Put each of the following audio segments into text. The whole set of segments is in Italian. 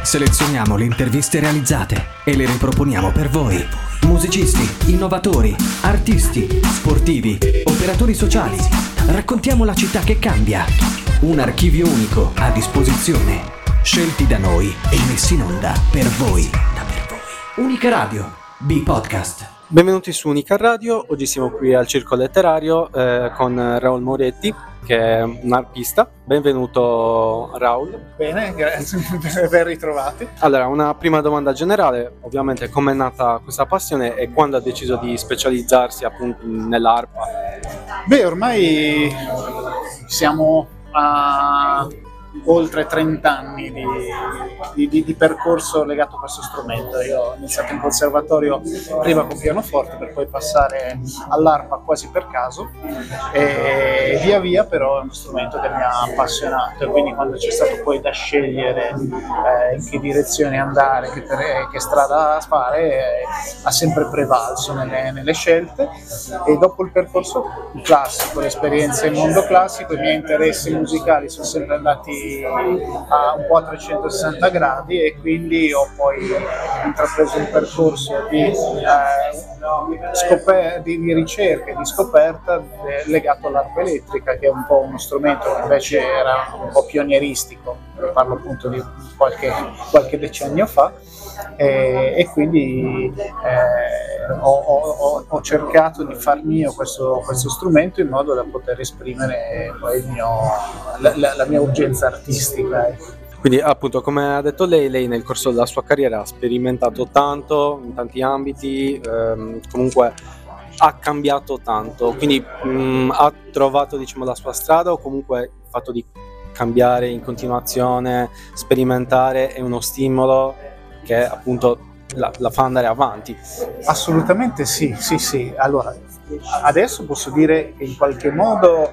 Selezioniamo le interviste realizzate e le riproponiamo per voi. Musicisti, innovatori, artisti, sportivi, operatori sociali. Raccontiamo la città che cambia. Un archivio unico a disposizione. Scelti da noi e messi in onda per voi. Unica Radio, B-Podcast. Benvenuti su Unica Radio, oggi siamo qui al Circo Letterario con Raul Moretti, che è un arpista. Benvenuto Raul. Bene, grazie, ben ritrovati. Allora, una prima domanda generale, ovviamente come è nata questa passione e quando ha deciso di specializzarsi appunto nell'arpa? Beh, ormai siamo a oltre 30 anni di percorso legato a questo strumento. Io ho iniziato in conservatorio prima con pianoforte per poi passare all'arpa quasi per caso e via via però è uno strumento che mi ha appassionato e quindi quando c'è stato poi da scegliere in che direzione andare, che strada fare, ha sempre prevalso nelle scelte. E dopo il percorso classico, l'esperienza in mondo classico, i miei interessi musicali sono sempre andati un po' a 360 gradi e quindi ho poi intrapreso un percorso di ricerca e di scoperta legato all'arpa elettrica, che è un po' uno strumento che invece era un po' pionieristico, parlo appunto di qualche decennio fa, e quindi ho cercato di far mio questo strumento in modo da poter esprimere poi la mia urgenza artistica. Quindi appunto, come ha detto lei nel corso della sua carriera ha sperimentato tanto in tanti ambiti, comunque ha cambiato tanto, quindi ha trovato la sua strada, o comunque il fatto di cambiare in continuazione, sperimentare è uno stimolo che appunto la fa andare avanti? Assolutamente sì. Allora, adesso posso dire che in qualche modo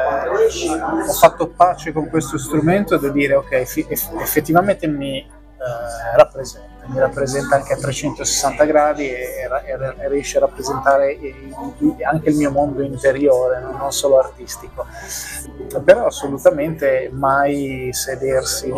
ho fatto pace con questo strumento e dire ok, effettivamente mi rappresenta anche a 360 gradi e riesce a rappresentare anche il mio mondo interiore, non solo artistico. Però assolutamente mai sedersi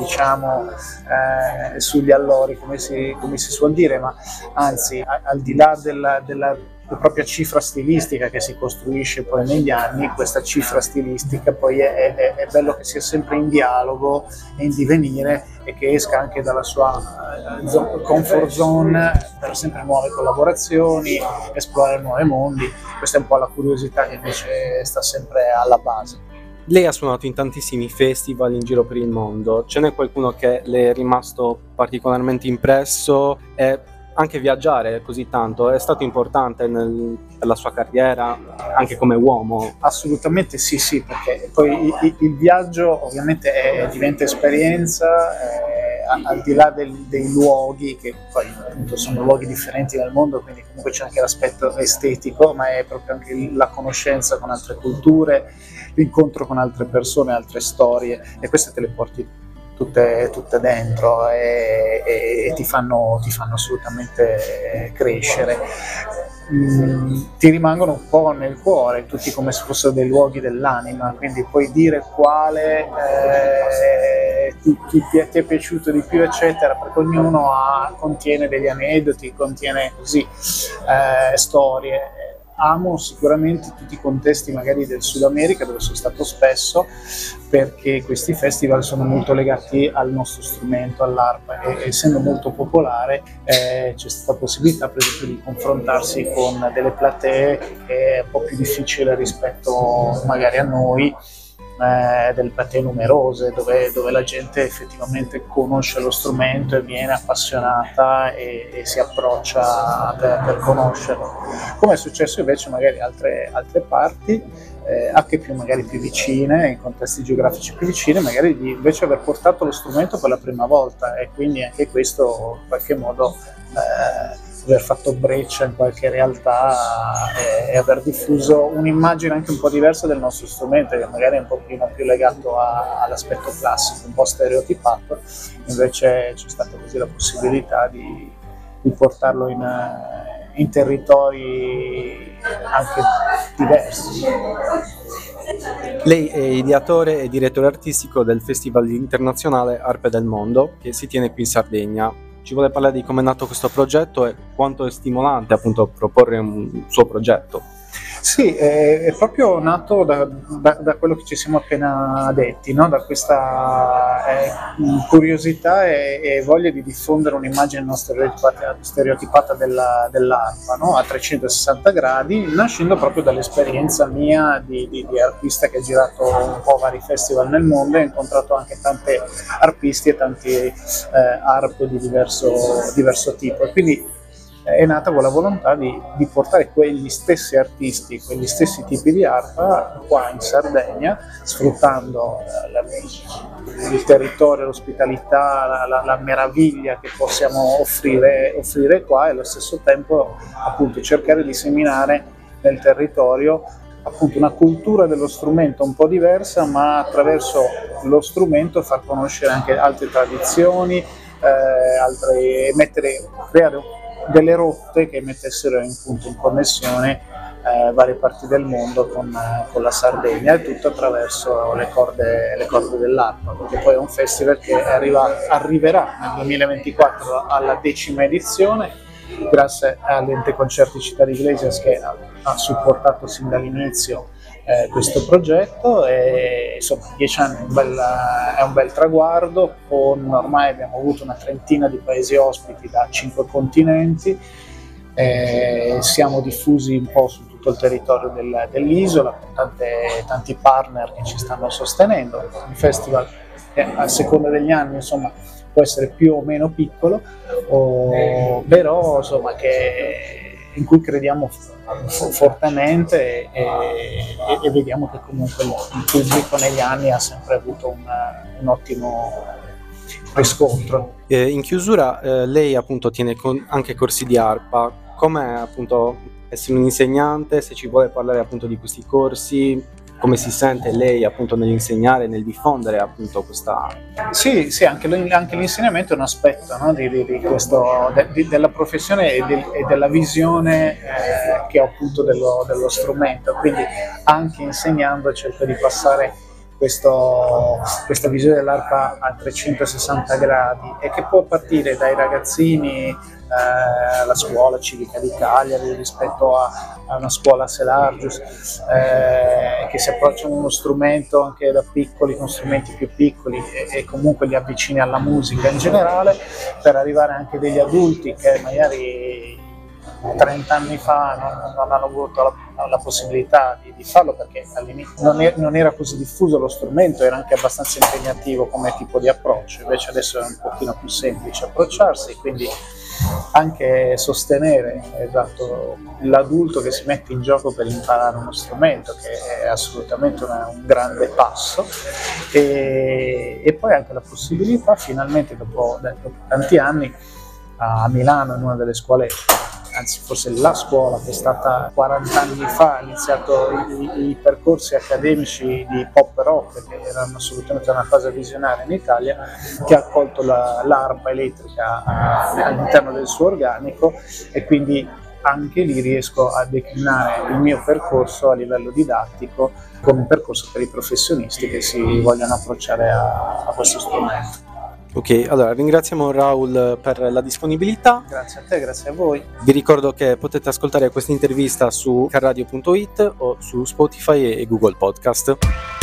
sugli allori come si suol dire, ma anzi al di là della propria cifra stilistica che si costruisce poi negli anni, questa cifra stilistica poi è bello che sia sempre in dialogo e in divenire e che esca anche dalla sua comfort zone per sempre nuove collaborazioni, esplorare nuovi mondi. Questa è un po' la curiosità che invece sta sempre alla base. Lei ha suonato in tantissimi festival in giro per il mondo, ce n'è qualcuno che le è rimasto particolarmente impresso? E anche viaggiare così tanto è stato importante per la sua carriera, anche come uomo? Assolutamente sì, perché poi il viaggio ovviamente diventa esperienza, al di là dei luoghi, che poi appunto sono luoghi differenti nel mondo, quindi comunque c'è anche l'aspetto estetico, ma è proprio anche la conoscenza con altre culture, l'incontro con altre persone, altre storie, e queste te le porti tutte dentro e ti fanno assolutamente crescere. Ti rimangono un po' nel cuore, tutti come se fossero dei luoghi dell'anima, quindi puoi dire quale ti è piaciuto di più, eccetera, perché ognuno contiene degli aneddoti, contiene così storie. Amo sicuramente tutti i contesti magari del Sud America, dove sono stato spesso, perché questi festival sono molto legati al nostro strumento, all'arpa, e essendo molto popolare c'è stata possibilità per esempio di confrontarsi con delle platee che è un po' più difficile rispetto magari a noi, delle platee numerose, dove la gente effettivamente conosce lo strumento e viene appassionata e si approccia per conoscerlo. Come è successo invece magari altre parti, anche magari più vicine, in contesti geografici più vicini, magari di invece aver portato lo strumento per la prima volta, e quindi anche questo in qualche modo aver fatto breccia in qualche realtà e aver diffuso un'immagine anche un po' diversa del nostro strumento, che magari è un po' più legato all'aspetto classico, un po' stereotipato. Invece c'è stata così la possibilità di portarlo in territori anche diversi. Lei è ideatore e direttore artistico del Festival internazionale Arpe del Mondo, che si tiene qui in Sardegna. Ci vuole parlare di come è nato questo progetto e quanto è stimolante appunto proporre un suo progetto? Sì, è proprio nato da quello che ci siamo appena detti, no? Da questa curiosità e voglia di diffondere un'immagine non stereotipata dell'arpa, no? A 360 gradi, nascendo proprio dall'esperienza mia di arpista che ha girato un po' vari festival nel mondo e ha incontrato anche tante arpisti e tanti arpe di diverso tipo. E quindi è nata con la volontà di portare quegli stessi artisti, quegli stessi tipi di arpa qua in Sardegna, sfruttando il territorio, l'ospitalità, la meraviglia che possiamo offrire qua, e allo stesso tempo appunto cercare di seminare nel territorio appunto una cultura dello strumento un po' diversa, ma attraverso lo strumento far conoscere anche altre tradizioni, creare delle rotte che mettessero in connessione varie parti del mondo con la Sardegna, e tutto attraverso le corde dell'arpa, perché poi è un festival che arriverà nel 2024 alla 10ª edizione, grazie all'Ente Concerti Città di Iglesias che ha supportato sin dall'inizio questo progetto. E insomma 10 anni è un bel traguardo, ormai abbiamo avuto una trentina di paesi ospiti da 5 continenti, siamo diffusi un po' su tutto il territorio dell'isola con tanti partner che ci stanno sostenendo. Il festival a seconda degli anni insomma può essere più o meno piccolo, però insomma in cui crediamo fortemente e vediamo che comunque il pubblico negli anni ha sempre avuto un ottimo riscontro. In chiusura lei appunto tiene anche corsi di arpa. Com'è appunto essere un insegnante? Se ci vuole parlare appunto di questi corsi, come si sente lei appunto nell'insegnare, nel diffondere appunto questa... Sì, anche l'insegnamento è un aspetto, no, della professione e della visione che ho appunto dello strumento, quindi anche insegnando cerco di passare questa visione dell'arpa a 360 gradi, e che può partire dai ragazzini alla scuola civica di Cagliari rispetto a una scuola Selargius, che si approcciano uno strumento anche da piccoli, con strumenti più piccoli, e comunque li avvicini alla musica in generale, per arrivare anche degli adulti che magari 30 anni fa non hanno avuto la possibilità di farlo, perché all'inizio non era così diffuso lo strumento, era anche abbastanza impegnativo come tipo di approccio. Invece adesso è un pochino più semplice approcciarsi, quindi anche sostenere l'adulto che si mette in gioco per imparare uno strumento, che è assolutamente un grande passo, e poi anche la possibilità finalmente dopo tanti anni a Milano, in una delle scuole, anzi forse la scuola che è stata 40 anni fa, ha iniziato i percorsi accademici di pop rock, che erano assolutamente una cosa visionaria in Italia, che ha accolto l'arpa elettrica all'interno del suo organico, e quindi anche lì riesco a declinare il mio percorso a livello didattico come un percorso per i professionisti che si vogliono approcciare a questo strumento. Ok, allora ringraziamo Raul per la disponibilità. Grazie a te, grazie a voi. Vi ricordo che potete ascoltare questa intervista su carradio.it o su Spotify e Google Podcast.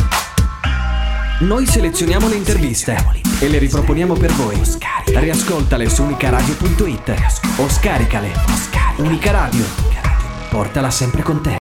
Noi selezioniamo le interviste e le riproponiamo per voi. Riascoltale su unicaradio.it o scaricale. Unica Radio, portala sempre con te.